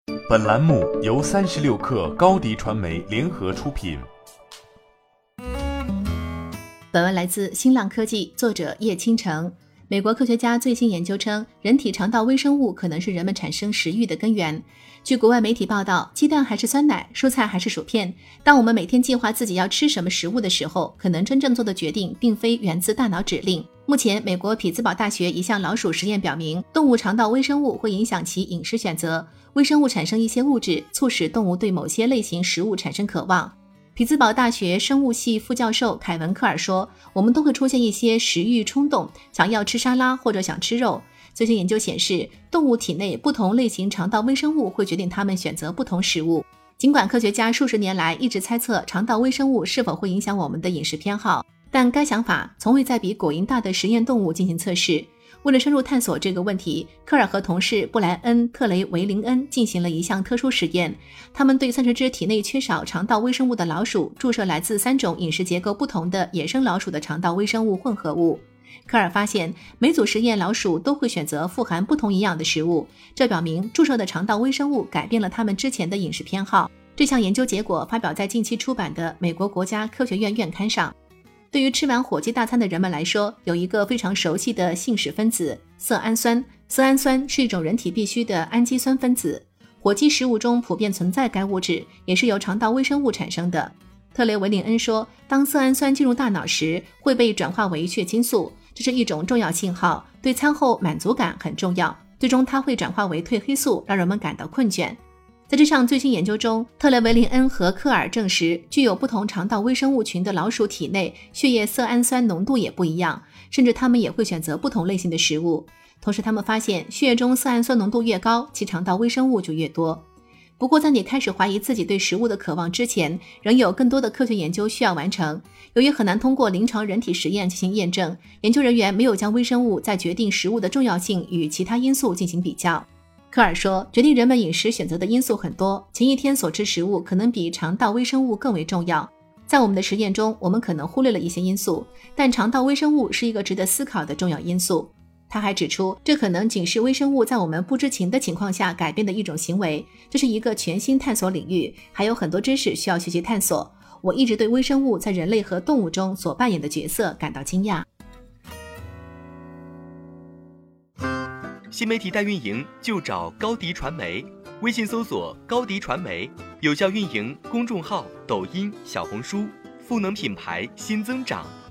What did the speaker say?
本栏目由36氪高迪传媒联合出品。 本文来自新浪科技，作者叶倾城。美国科学家最新研究称，人体肠道微生物可能是人们产生食欲的根源。据国外媒体报道，鸡蛋还是酸奶，蔬菜还是薯片，当我们每天计划自己要吃什么食物的时候，可能真正做的决定并非源自大脑指令。目前，美国匹兹堡大学一项老鼠实验表明，动物肠道微生物会影响其饮食选择，微生物产生一些物质，促使动物对某些类型食物产生渴望。匹兹堡大学生物系副教授凯文·科尔说，我们都会出现一些食欲冲动，想要吃沙拉或者想吃肉。最新研究显示，动物体内不同类型肠道微生物会决定它们选择不同食物。尽管科学家数十年来一直猜测肠道微生物是否会影响我们的饮食偏好，但该想法从未在比果蝇大的实验动物进行测试。为了深入探索这个问题，科尔和同事布莱恩·特雷维林恩进行了一项特殊实验。他们对30只体内缺少肠道微生物的老鼠注射来自3种饮食结构不同的野生老鼠的肠道微生物混合物。科尔发现，每组实验老鼠都会选择富含不同营养的食物，这表明注射的肠道微生物改变了他们之前的饮食偏好。这项研究结果发表在近期出版的美国国家科学院院刊上。对于吃完火鸡大餐的人们来说，有一个非常熟悉的信使分子色氨酸。色氨酸是一种人体必需的氨基酸分子，火鸡食物中普遍存在该物质，也是由肠道微生物产生的。特雷维林恩说，当色氨酸进入大脑时，会被转化为血清素，这是一种重要信号，对餐后满足感很重要。最终它会转化为褪黑素，让人们感到困倦。在这项最新研究中，特雷维林恩和科尔证实，具有不同肠道微生物群的老鼠体内血液色氨酸浓度也不一样，甚至它们也会选择不同类型的食物。同时他们发现，血液中色氨酸浓度越高，其肠道微生物就越多。不过在你开始怀疑自己对食物的渴望之前，仍有更多的科学研究需要完成。由于很难通过临床人体实验进行验证，研究人员没有将微生物在决定食物的重要性与其他因素进行比较。科尔说，决定人们饮食选择的因素很多，前一天所吃食物可能比肠道微生物更为重要。在我们的实验中，我们可能忽略了一些因素，但肠道微生物是一个值得思考的重要因素。他还指出，这可能仅是微生物在我们不知情的情况下改变的一种行为，这是一个全新探索领域，还有很多知识需要学习探索。我一直对微生物在人类和动物中所扮演的角色感到惊讶。 新媒体代运营就找高迪传媒，微信搜索高迪传媒，有效运营公众号、抖音、小红书，赋能品牌新增长。